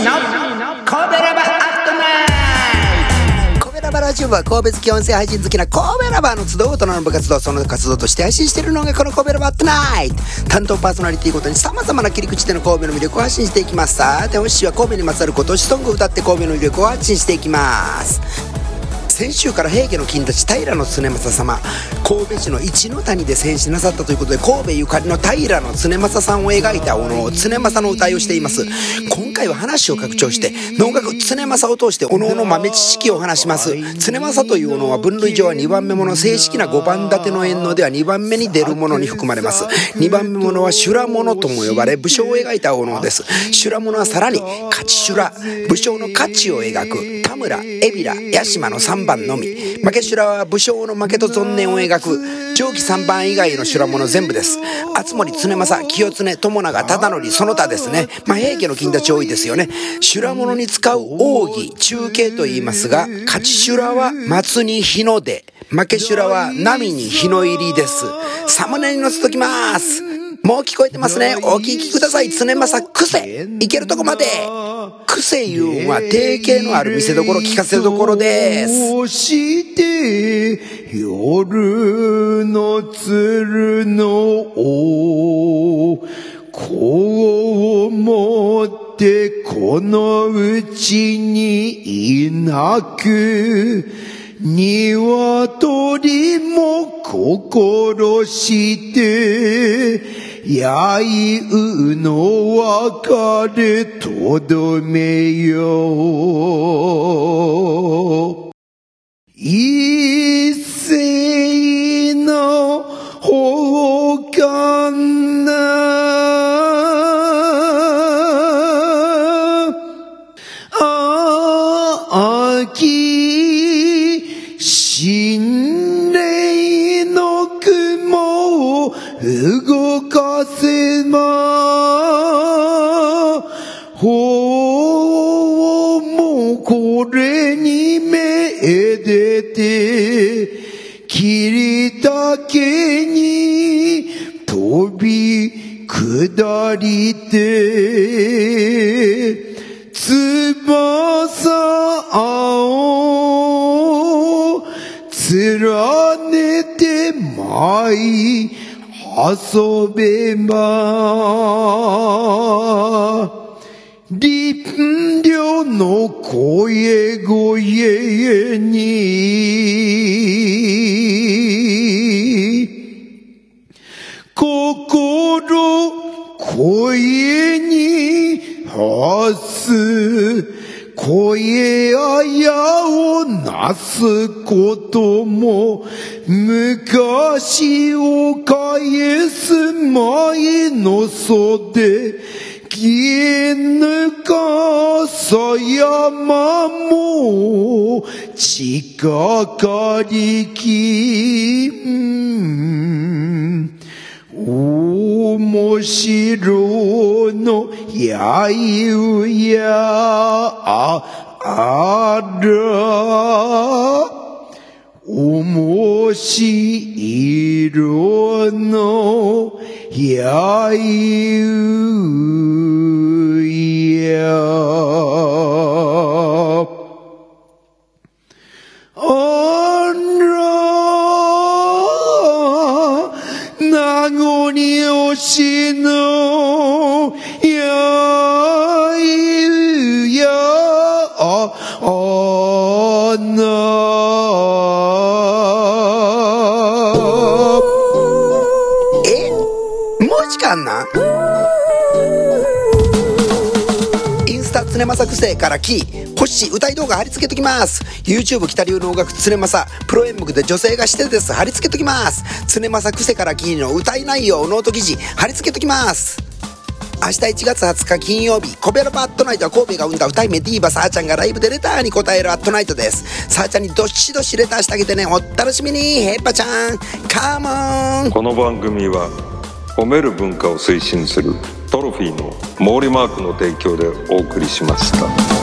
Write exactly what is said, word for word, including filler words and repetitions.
の神戸ラバーアットナイト。神戸ラバーラジオは神戸好き音声配信好きな神戸ラバーの集う大人の部活動、その活動として配信しているのがこの神戸ラバーアットナイト。担当パーソナリティごとに様々な切り口での神戸の魅力を発信していきます。さて本日は神戸にまつわるご当地ソングを歌って神戸の魅力を発信していきます。先週から平家の金太平常経様、神戸市の一の谷で戦死なさったということで、神戸ゆかりの平常経さんを描いたお能経正の歌いをしています。今回は話を拡張して能楽経正を通してお能の豆知識を話します。経正というお能は分類上はにばんめもの、正式なごばん立ての演能ではにばんめに出るものに含まれます。にばんめものは修羅物とも呼ばれ、武将を描いたお能です。修羅物はさらに勝ち修羅、武将の勝ちを描く田村、海老名、屋島のさんばんのみ。負け修羅は武将の負けと存念を描く上記さんばん以外の修羅物全部です。敦盛、経正、清常、友長、忠則、その他ですね。まあ平家の金太多いですよね。修羅物に使う奥義、中継と言いますが、勝ち修羅は松に日の出、負け修羅は波に日の入りです。サムネに載せときます。もう聞こえてますね。お聞きください。経正癖、いけるとこまで。癖いうんは定型のある見せどころ、聞かせどころです。そして夜の鶴の尾、こうもってこのうちにいなく、鶏も心してやいうの別れとどめよう。一世の宝冠な秋心霊の雲を動かせま、ほうもうこれにめでて霧竹に飛び下りて翼を連ねて舞い遊べば、林寮の声声に心声に発す、声あやをなすことも昔を返す前の袖、消えぬかさ山も近かりき、面白のやゆやあら、面白のやゆやあら、名残惜しのやゆやあな。え、もう時間な。インスタ経正癖からキー星歌い動画貼り付けときます。 YouTube 北流能楽経正プロ演目で女性がしてです貼り付けときます。経正癖からキーの歌い内容ノート記事貼り付けときます。明日いちがつはつか金曜日、神戸ラバーアットナイトは神戸が生んだ歌姫ディーバさあちゃんがライブでレターに答えるアットナイトです。さあちゃんにどしどしレターしてあげてね。お楽しみに。ヘッパちゃんカモン。 この番組は褒める文化を推進するトロフィーの毛利マークの提供でお送りしました。